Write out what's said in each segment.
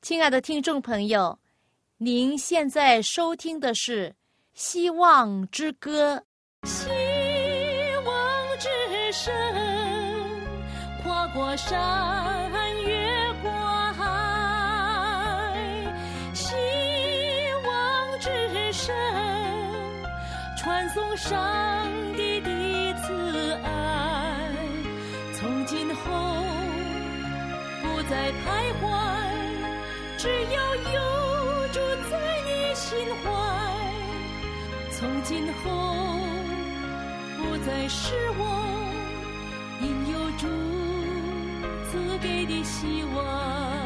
亲爱的听众朋友，您现在收听的是《希望之歌》。希望之声，跨过山，越过海。希望之声，传送上帝的慈爱。从今后不再徘徊，只要有主在你心怀，从今后不再失望，因有主赐给的希望。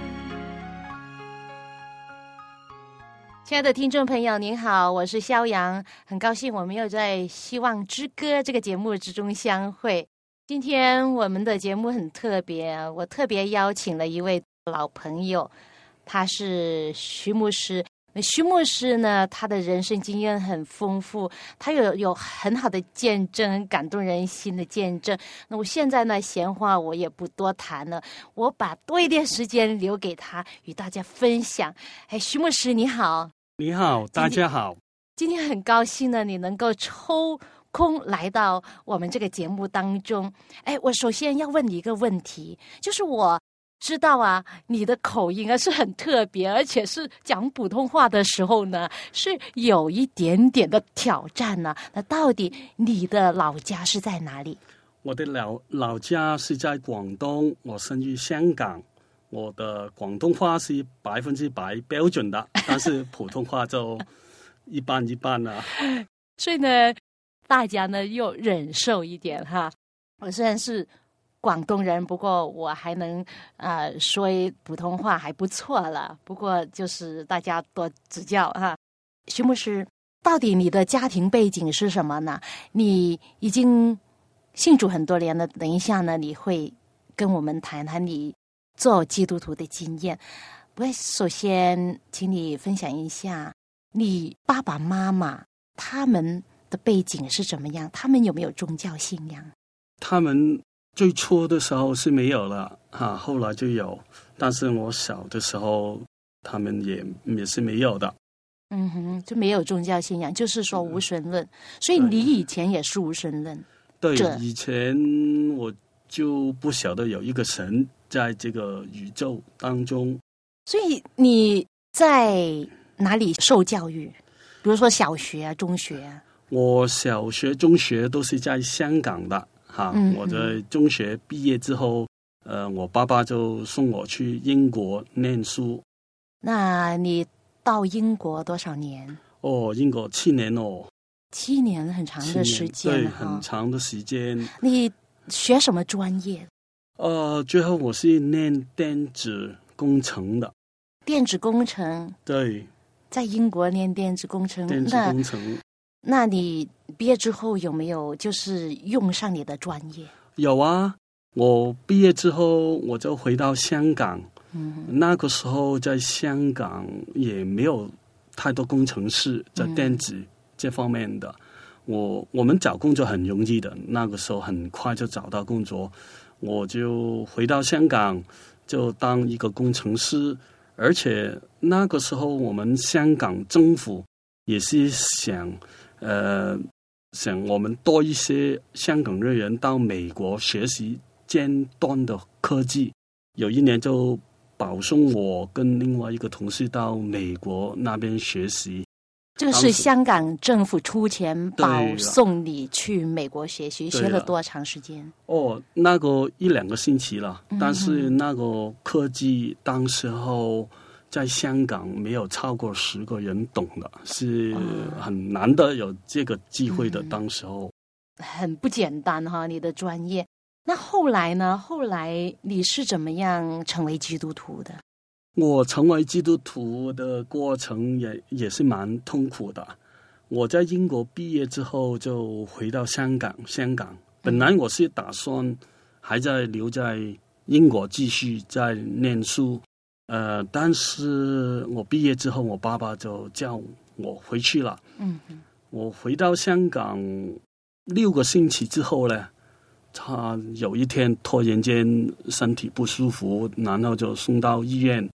亲爱的听众朋友您好，我是肖阳，很高兴我们又在《希望之歌》这个节目之中相会。今天我们的节目很特别，我特别邀请了一位老朋友，他是徐牧师。徐牧师呢，他的人生经验很丰富，他有很好的见证，感动人心的见证。那我现在呢，闲话我也不多谈了，我把多一点时间留给他，与大家分享。徐牧师你好。 你好，大家好。 今天很高兴呢，你能够抽空来到我们这个节目当中。我首先要问你一个问题，就是我知道啊，你的口音是很特别，而且是讲普通话的时候呢，是有一点点的挑战呢。那到底你的老家是在哪里？ 我的老家是在广东，我生于香港。我的广东话是100%标准的，但是普通话就一般一般了。 所以呢，大家呢又忍受一点哈。我虽然是广东人，不过我还能说普通话还不错了，不过就是大家多指教哈。徐牧师，到底你的家庭背景是什么呢？你已经信主很多年了，等一下呢你会跟我们谈谈你做基督徒的经验。不过首先请你分享一下你爸爸妈妈他们的背景是怎么样，他们有没有宗教信仰？ 他们最初的时候是没有了后来就有，但是我小的时候他们也是没有的。 就没有宗教信仰，就是说无神论。所以你以前也是无神论？ 对，以前我就不晓得有一个神在这个宇宙当中。 所以你在哪里受教育？比如说小学啊、中学啊？ 我小学、中学都是在香港的我在中学毕业之后，我爸爸就送我去英国念书。 那你到英国多少年？ 英国7年哦。 7年，很长的时间。 对，很长的时间。 你学什么专业？ 最后我是念电子工程的。 电子工程？对，在英国念电子工程。 电子工程。 那你毕业之后有没有就是用上你的专业？ 有啊，我毕业之后我就回到香港。那个时候在香港也没有太多工程师在电子这方面的。我们找工作很容易的，那个时候很快就找到工作。我就回到香港就当一个工程师，而且那个时候我们香港政府也是想我们多一些香港人员到美国学习尖端的科技。有一年就保送我跟另外一个同事到美国那边学习。 这个是香港政府出钱保送你去美国学习，学了多长时间？ 那个1-2个星期了。但是那个科技当时候在香港没有超过10个人懂的，是很难得有这个机会的。当时候很不简单哈，你的专业。那后来呢？后来你是怎么样成为基督徒的？ 我成为基督徒的过程也是蛮痛苦的。我在英国毕业之后就回到香港。本来我是打算还在留在英国继续在念书，但是我毕业之后，我爸爸就叫我回去了。我回到香港6个星期之后呢，他有一天突然间身体不舒服，然后就送到医院。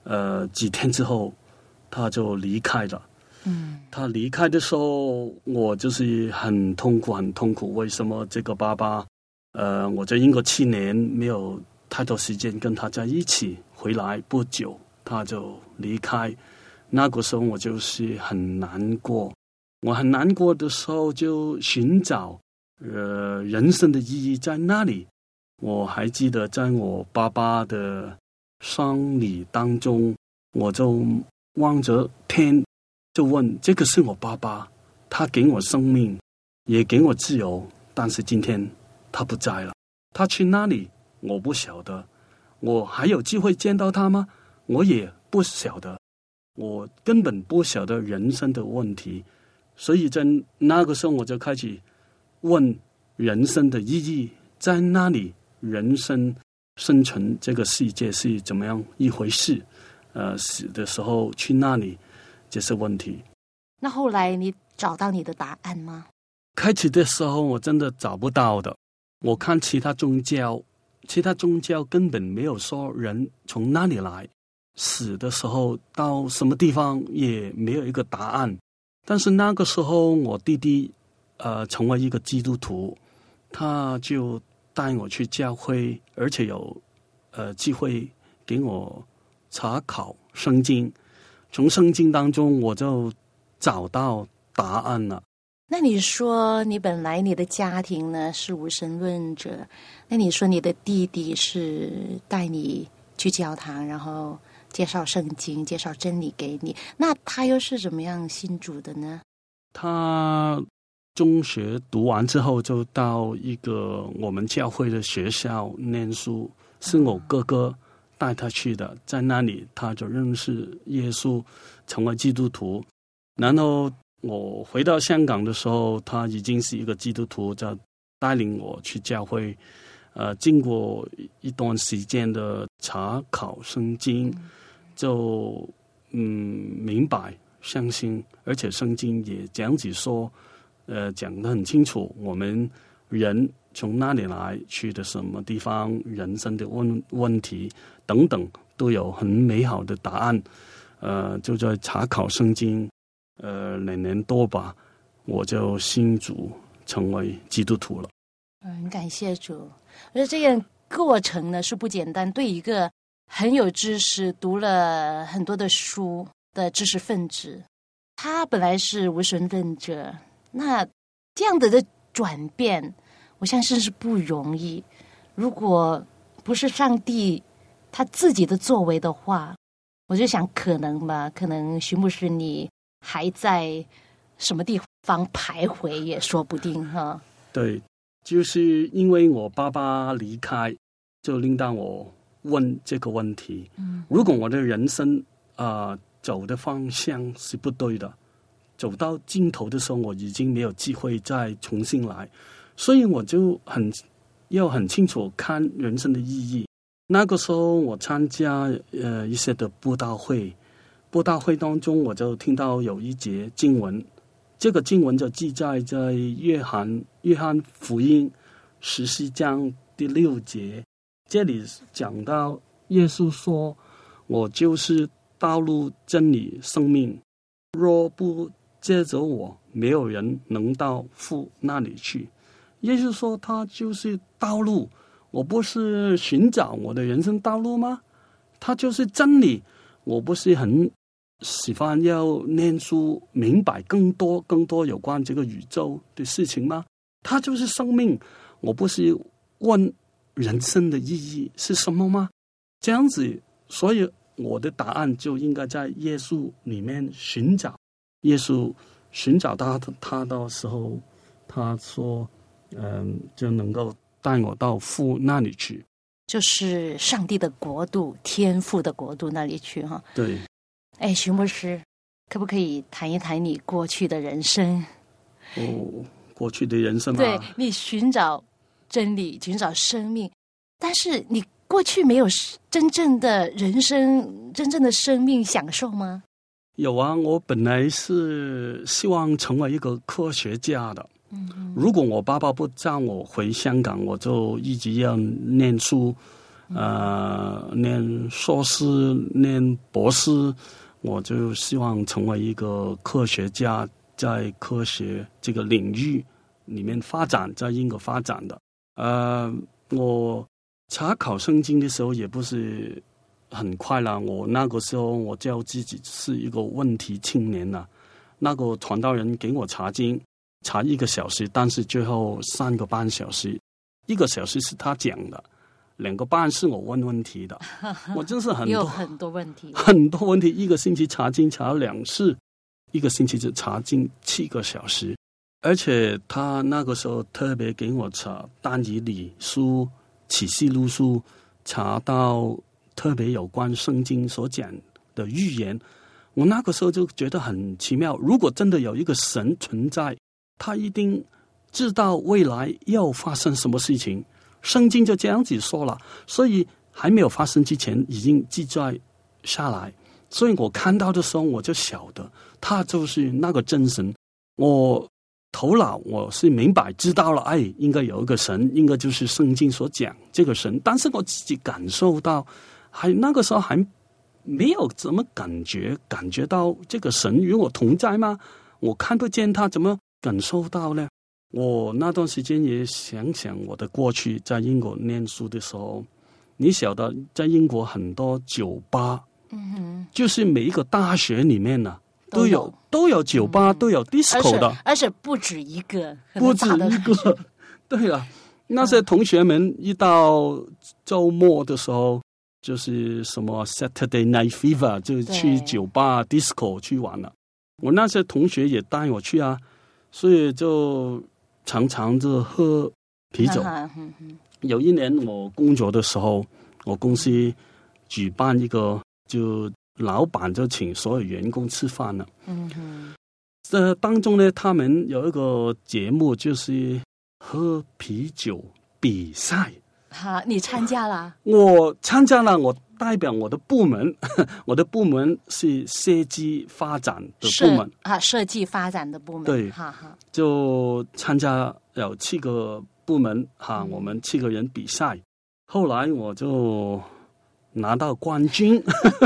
几天之后他就离开了。他离开的时候，我就是很痛苦。为什么这个爸爸，我在英国7年没有太多时间跟他在一起，回来不久他就离开。那个时候我就是很难过。我很难过的时候就寻找，人生的意义在哪里。我还记得在我爸爸的丧礼当中，我就望着天，就问，这个是我爸爸，他给我生命，也给我自由，但是今天他不在了，他去哪里我不晓得，我还有机会见到他吗？我也不晓得，我根本不晓得人生的问题。所以在那个时候我就开始问，人生的意义在哪里？人生生存这个世界是怎么样一回事？死的时候去哪里？这是问题。 那后来你找到你的答案吗？ 开始的时候我真的找不到的。我看其他宗教根本没有说人从哪里来，死的时候到什么地方也没有一个答案。但是那个时候我弟弟成为一个基督徒，他就带我去教会，而且有机会给我查考圣经，从圣经当中我就找到答案了。 那你说你本来你的家庭呢是无神论者，那你说你的弟弟是带你去教堂，然后介绍圣经，介绍真理给你，那他又是怎么样信主的呢？ 他中学读完之后就到一个我们教会的学校念书，是我哥哥带他去的，在那里他就认识耶稣，成为基督徒。然后我回到香港的时候，他已经是一个基督徒，就带领我去教会。经过一段时间的查考圣经，就明白相信，而且圣经也讲解说，讲得很清楚，我们人从哪里来，去的什么地方，人生的问题等等，都有很美好的答案。就在查考圣经2年多吧，我就信主成为基督徒了。 感谢主。我觉得这个过程呢是不简单，对一个很有知识、读了很多的书的知识分子，他本来是无神论者，那这样的转变，我相信是不容易。如果不是上帝他自己的作为的话，我就想可能徐牧师你还在什么地方徘徊也说不定哈。 对，就是因为我爸爸离开，就令到我问这个问题。如果我的人生走的方向是不对的，走到尽头的时候，我已经没有机会再重新来，所以我就要很清楚看人生的意义。那个时候我参加一些的布道会当中，我就听到有一节经文，这个经文就记载在约翰福音14章第6节，这里讲到耶稣说，我就是道路真理生命，若不借着我，没有人能到父那里去。耶稣说他就是道路，我不是寻找我的人生道路吗？他就是真理，我不是很喜欢要念书明白更多有关这个宇宙的事情吗？他就是生命，我不是问人生的意义是什么吗？这样子，所以我的答案就应该在耶稣里面寻找。耶稣寻找他的时候，他说就能够带我到父那里去， 就是上帝的国度，天父的国度那里去哈。 对。 徐牧师，可不可以谈一谈你过去的人生？ 过去的人生吗？ 对，你寻找真理，寻找生命，但是你过去没有真正的人生、真正的生命享受吗？ 有啊，我本来是希望成为一个科学家的。如果我爸爸不让我回香港，我就一直要念书， 念硕士、念博士，我就希望成为一个科学家，在科学这个领域里面发展，在英国发展的。我查考圣经的时候也不是很快啦，我那个时候我叫自己是一个问题青年啦。那个传道人给我查经，查1个小时，但是最后3个半小时，1个小时是他讲的，2个半是我问问题的。我真是有很多问题， 很多问题。1个星期查经查2次，1个星期就查经7个小时。而且他那个时候特别给我查但以理书、启示录书，查到特别有关圣经所讲的预言。我那个时候就觉得很奇妙，如果真的有一个神存在，他一定知道未来要发生什么事情，圣经就这样子说了，所以还没有发生之前已经记载下来。所以我看到的时候我就晓得他就是那个真神。我头脑我是明白知道了，应该有一个神，应该就是圣经所讲这个神，但是我自己感受到那个时候还没有怎么感觉到这个神与我同在吗？我看不见他，怎么感受到呢？我那段时间也想想我的过去，在英国念书的时候，你晓得在英国很多酒吧，就是每一个大学里面呢都有酒吧，都有 disco 的， 而且不止一个， 不止一个。对了，那些同学们一到周末的时候，就是什么 Saturday Night Fever 就去酒吧 disco 去玩了。我那些同学也带我去啊，所以就常常就喝啤酒。有一年我工作的时候，我公司举办一个，就老板就请所有员工吃饭了。这当中呢，他们有一个节目就是喝啤酒比赛。 你参加了？ 我参加了，我代表我的部门，我的部门是设计发展的部门设计发展的部门。 对，就参加有7个部门我们7个人比赛，后来我就拿到冠军。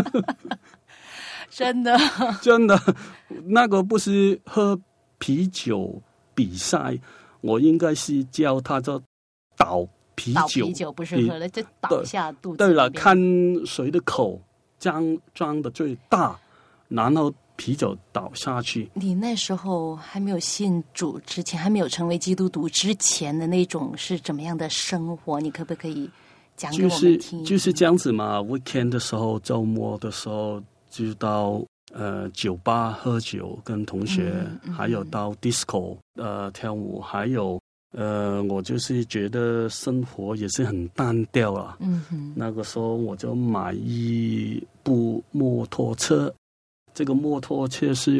真的， 那个不是喝啤酒比赛，我应该是叫他做倒啤酒不是喝了就倒下肚子。 对了，看谁的口装的最大，然后啤酒倒下去。 你那时候还没有信主之前，还没有成为基督徒之前的那种是怎么样的生活？你可不可以讲给我们听？ 就是这样子嘛。weekend 的时候，周末的时候就到酒吧喝酒，跟同学，还有到 disco 跳舞，还有我就是觉得生活也是很单调啊。那个时候我就买一部摩托车，这个摩托车是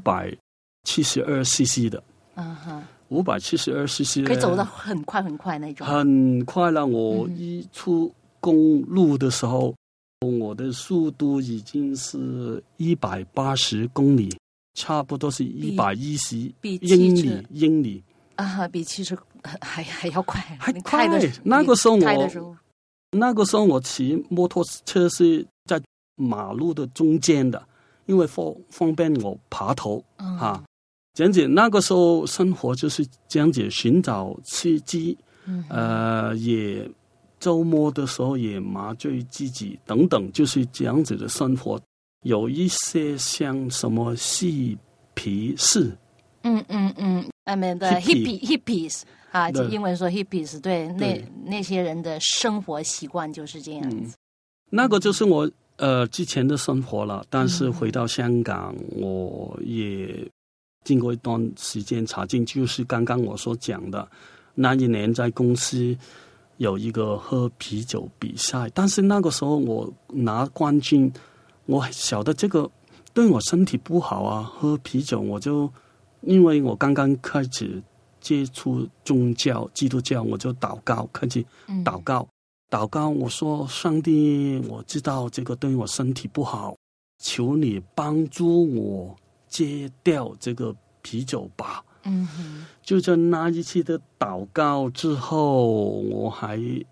572cc 的。572cc 可以走得很快很快那种。 很快了，我一出公路的时候，我的速度已经是180公里，差不多是110英里。 比汽车还要快， 还快。那个时候我骑摩托车是在马路的中间的，因为方便我爬头这样子。那个时候生活就是这样子，寻找刺激，也周末的时候也麻醉自己等等，就是这样子的生活。有一些像什么嬉皮士 I mean the hippies 英文说 hippies， 对，那些人的生活习惯就是这样子。 那个就是我之前的生活了。但是回到香港，我也经过一段时间查经，就是刚刚我所讲的，那一年在公司有一个喝啤酒比赛，但是那个时候我拿冠军，我晓得这个对我身体不好啊，喝啤酒我就。因为我刚刚开始接触宗教，基督教，我就祷告，开始祷告。我说上帝，我知道这个对我身体不好，求你帮助我戒掉这个啤酒吧。就在那一次的祷告之后，我还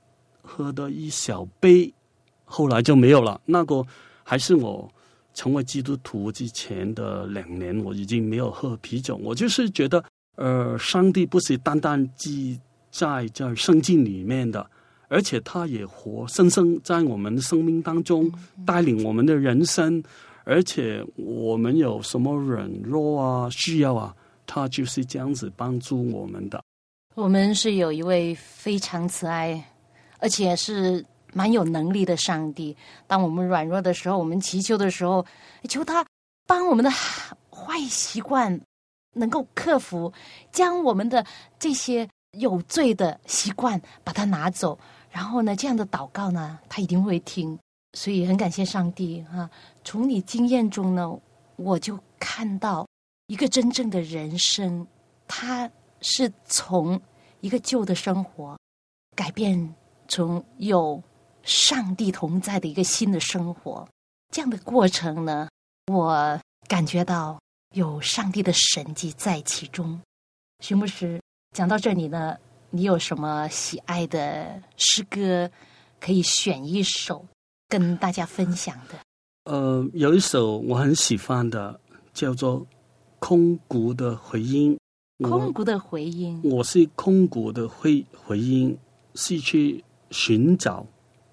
喝的一小杯，后来就没有了。那个还是我成为基督徒之前的2年，我已经没有喝啤酒。我就是觉得，上帝不是单单记在这圣经里面的，而且他也活生生在我们的生命当中，带领我们的人生。而且我们有什么软弱啊、需要啊，他就是这样子帮助我们的。 我们是有一位非常慈爱，而且是蛮有能力的上帝。当我们软弱的时候，我们祈求的时候，求他帮我们的坏习惯能够克服，将我们的这些有罪的习惯把它拿走。然后呢，这样的祷告呢，他一定会听。所以很感谢上帝啊！从你经验中呢，我就看到一个真正的人生，他是从一个旧的生活改变从有上帝同在的一个新的生活。这样的过程呢，我感觉到有上帝的神迹在其中。徐牧师讲到这里呢，你有什么喜爱的诗歌可以选一首跟大家分享的？ 有一首我很喜欢的，叫做《空谷的回音》。 空谷的回音， 我是空谷的回音，是去寻找。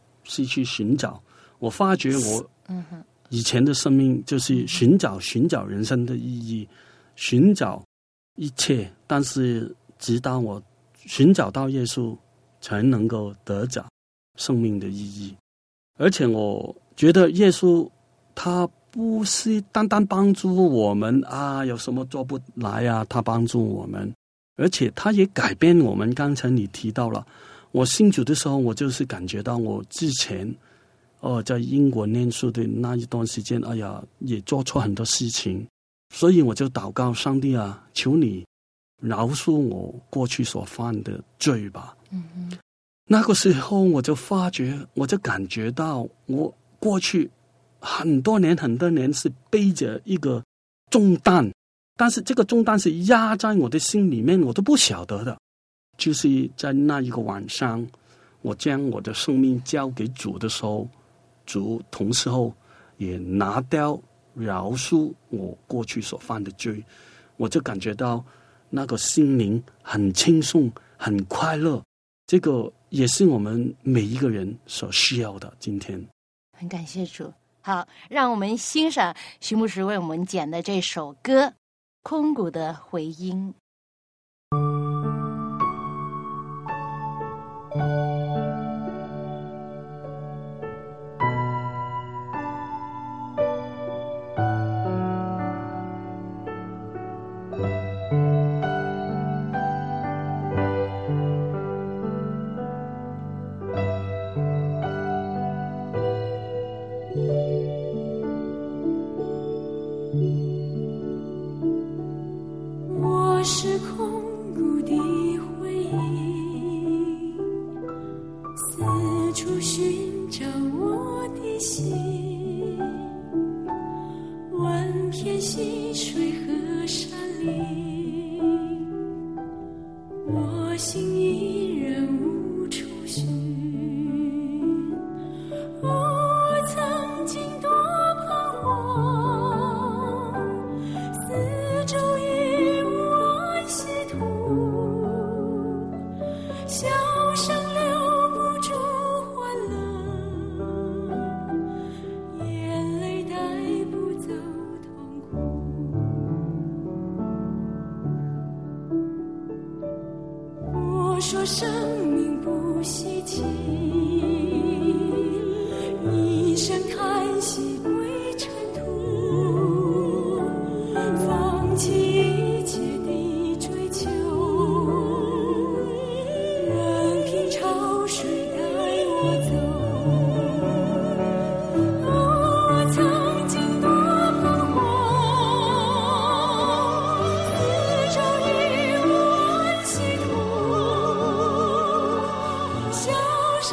我发觉我以前的生命就是寻找人生的意义，寻找一切，但是直到我寻找到耶稣，才能够得着生命的意义。而且我觉得耶稣他不是单单帮助我们啊，有什么做不来啊，他帮助我们，而且他也改变我们。刚才你提到了，我信主的时候，我就是感觉到我之前在英国念书的那一段时间，也做错很多事情，所以我就祷告上帝啊，求你饶恕我过去所犯的罪吧。那个时候我就发觉，我就感觉到我过去很多年是背着一个重担，但是这个重担是压在我的心里面，我都不晓得的。就是在那一个晚上，我将我的生命交给主的时候，主同时候也拿掉饶恕我过去所犯的罪，我就感觉到那个心灵很轻松很快乐。这个也是我们每一个人所需要的。今天很感谢主。好，让我们欣赏徐牧师为我们剪的这首歌《空谷的回音》。 我是空谷的回音，四处寻找我的心，万片溪水和山林，我心依然无处寻。我曾经多彷徨，四周已无安息土，笑声留不住欢乐，眼泪带不走痛苦。我说生命不稀奇，一声叹息归尘土，放弃一切的追求，任凭潮水带我走。我曾经多彷徨，四周已无安息土，笑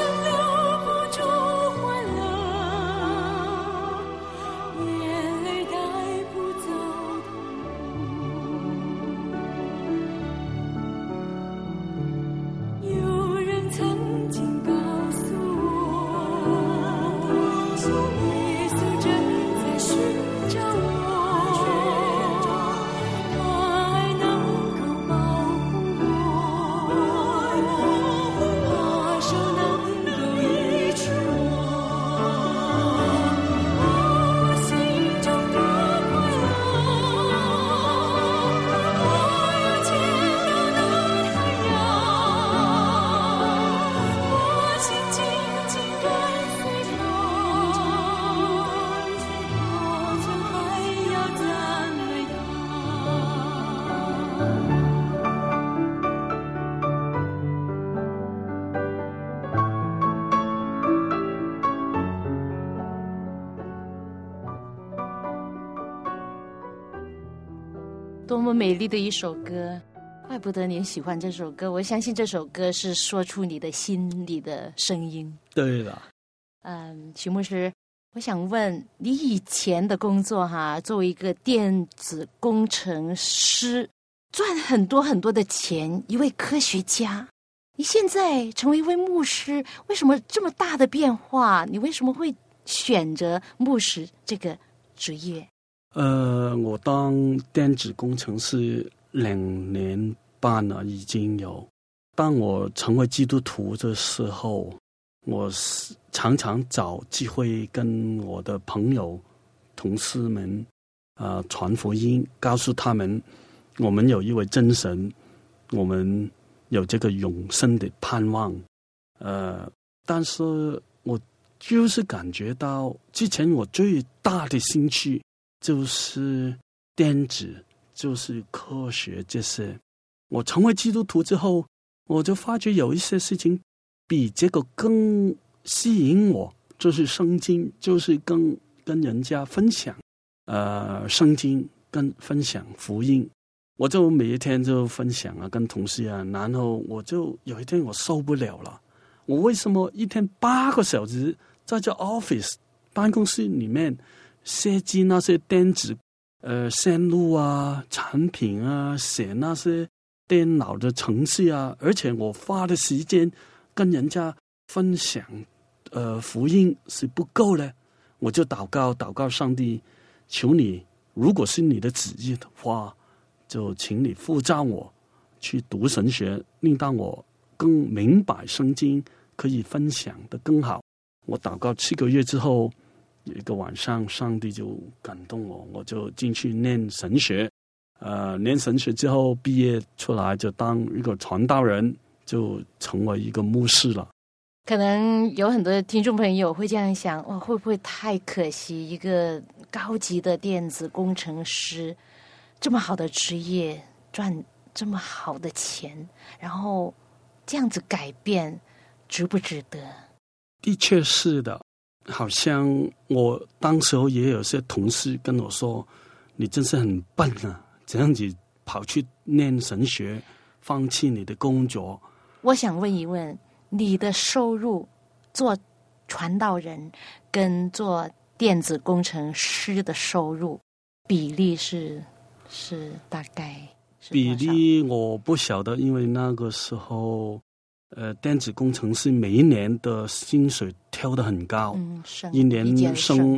多么美丽的一首歌，怪不得您喜欢这首歌。我相信这首歌是说出你的心里的声音。 对了， 徐牧师，我想问你以前的工作作为一个电子工程师，赚很多很多的钱，一位科学家，你现在成为一位牧师，为什么这么大的变化？你为什么会选择牧师这个职业？ 我当电子工程师2年半了，已经有。当我成为基督徒的时候，我常常找机会跟我的朋友、同事们传福音，告诉他们我们有一位真神，我们有这个永生的盼望。但是我就是感觉到之前我最大的兴趣就是电子，就是科学这些。我成为基督徒之后，我就发觉有一些事情比这个更吸引我，就是圣经，就是跟人家分享圣经，跟分享福音。我就每一天就分享跟同事然后我就有一天我受不了了，我为什么一天8个小时在这 office 办公室里面设计那些电子线路产品写那些电脑的程式而且我花的时间跟人家分享福音是不够的。我就祷告上帝，求你如果是你的旨意的话，就请你呼召我去读神学，令到我更明白圣经，可以分享的更好。我祷告7个月之后，有一个晚上上帝就感动我，我就进去念神学。念神学之后毕业出来就当一个传道人，就成为一个牧师了。 可能有很多的听众朋友会这样想，会不会太可惜，一个高级的电子工程师，这么好的职业，赚这么好的钱，然后这样子改变，值不值得？ 的确是的，好像我当时候也有些同事跟我说，你真是很笨这样子跑去念神学，放弃你的工作。 我想问一问，你的收入做传道人跟做电子工程师的收入比例是大概是比例我不晓得，因为那个时候电子工程师每一年的薪水跳得很高，一年升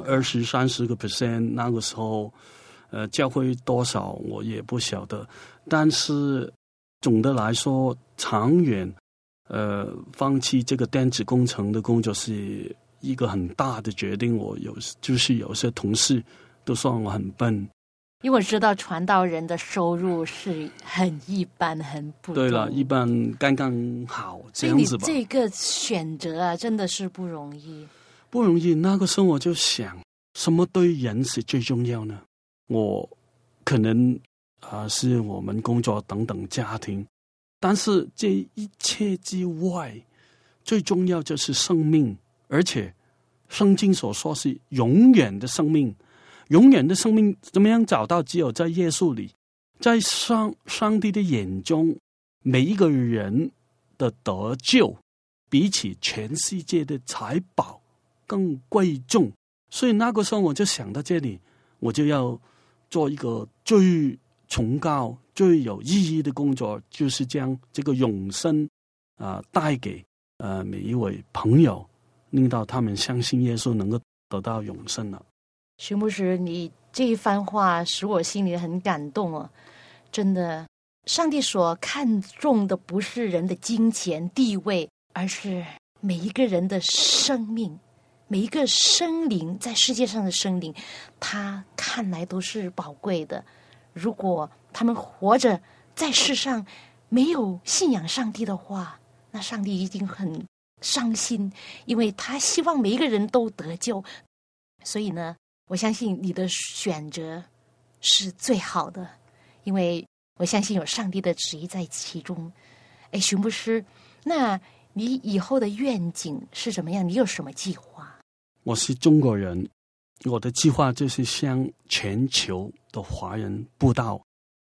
20-30%，那个时候教会多少我也不晓得。但是总的来说，长远放弃这个电子工程的工作是一个很大的决定。我就是有些同事都说我很笨， 因为我知道传道人的收入是很一般，很不对了，一般刚刚好这样子吧。 所以你这个选择真的是不容易， 不容易。那个时候我就想，什么对人是最重要呢？我可能是我们工作等等家庭，但是这一切之外，最重要就是生命，而且圣经所说是永远的生命。永远的生命怎么样找到？只有在耶稣里，在上帝的眼中，每一个人的得救比起全世界的财宝更贵重。所以那个时候我就想到这里，我就要做一个最崇高最有意义的工作，就是将这个永生带给每一位朋友，令到他们相信耶稣能够得到永生了。 徐牧师，你这一番话使我心里很感动真的，上帝所看重的不是人的金钱地位，而是每一个人的生命，每一个生灵，在世界上的生灵，他看来都是宝贵的。如果他们活着在世上没有信仰上帝的话，那上帝一定很伤心，因为他希望每一个人都得救。所以呢，我相信你的选择是最好的，因为我相信有上帝的旨意在其中。徐牧师，那你以后的愿景是怎么样？你有什么计划？ 我是中国人，我的计划就是向全球的华人布道，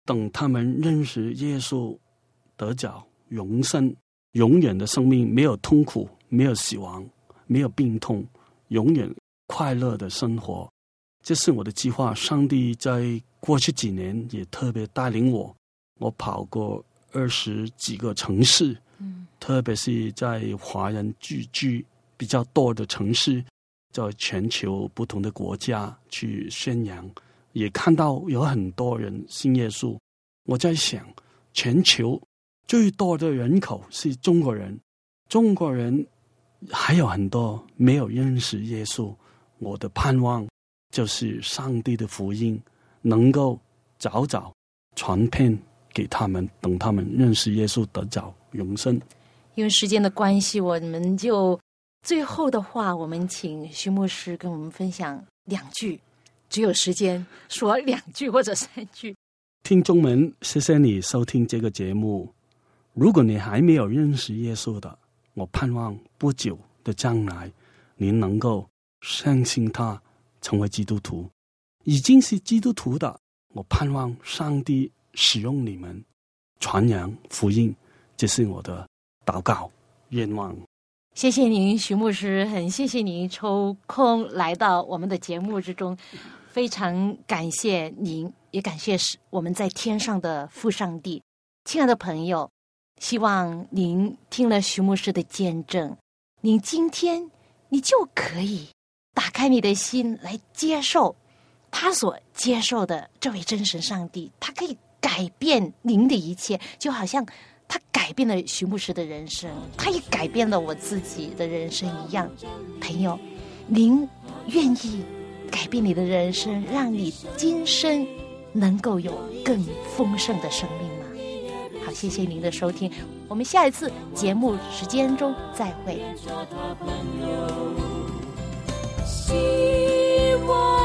等他们认识耶稣，得着永生，永远的生命，没有痛苦，没有死亡，没有病痛，永远快乐的生活。这是我的计划。上帝在过去几年也特别带领我跑过20几个城市，特别是在华人聚居比较多的城市，在全球不同的国家去宣扬，也看到有很多人信耶稣。我在想，全球最多的人口是中国人，中国人还有很多没有认识耶稣。我的盼望就是上帝的福音能够早早传遍给他们，等他们认识耶稣，得着永生。 因为时间的关系，我们就最后的话，我们请徐牧师跟我们分享2句，只有时间说2句或者3句。 听众们，谢谢你收听这个节目。如果你还没有认识耶稣的，我盼望不久的将来您能够相信他，成为基督徒。已经是基督徒的，我盼望上帝使用你们传扬福音，这是我的祷告愿望。 谢谢您，徐牧师，很谢谢您抽空来到我们的节目之中，非常感谢您，也感谢我们在天上的父上帝。亲爱的朋友，希望您听了徐牧师的见证，您今天你就可以打开你的心来接受他所接受的这位真神上帝，他可以改变您的一切，就好像他改变了徐牧师的人生，他也改变了我自己的人生一样。朋友，您愿意改变你的人生，让你今生能够有更丰盛的生命吗？好，谢谢您的收听，我们下一次节目时间中再会。 希望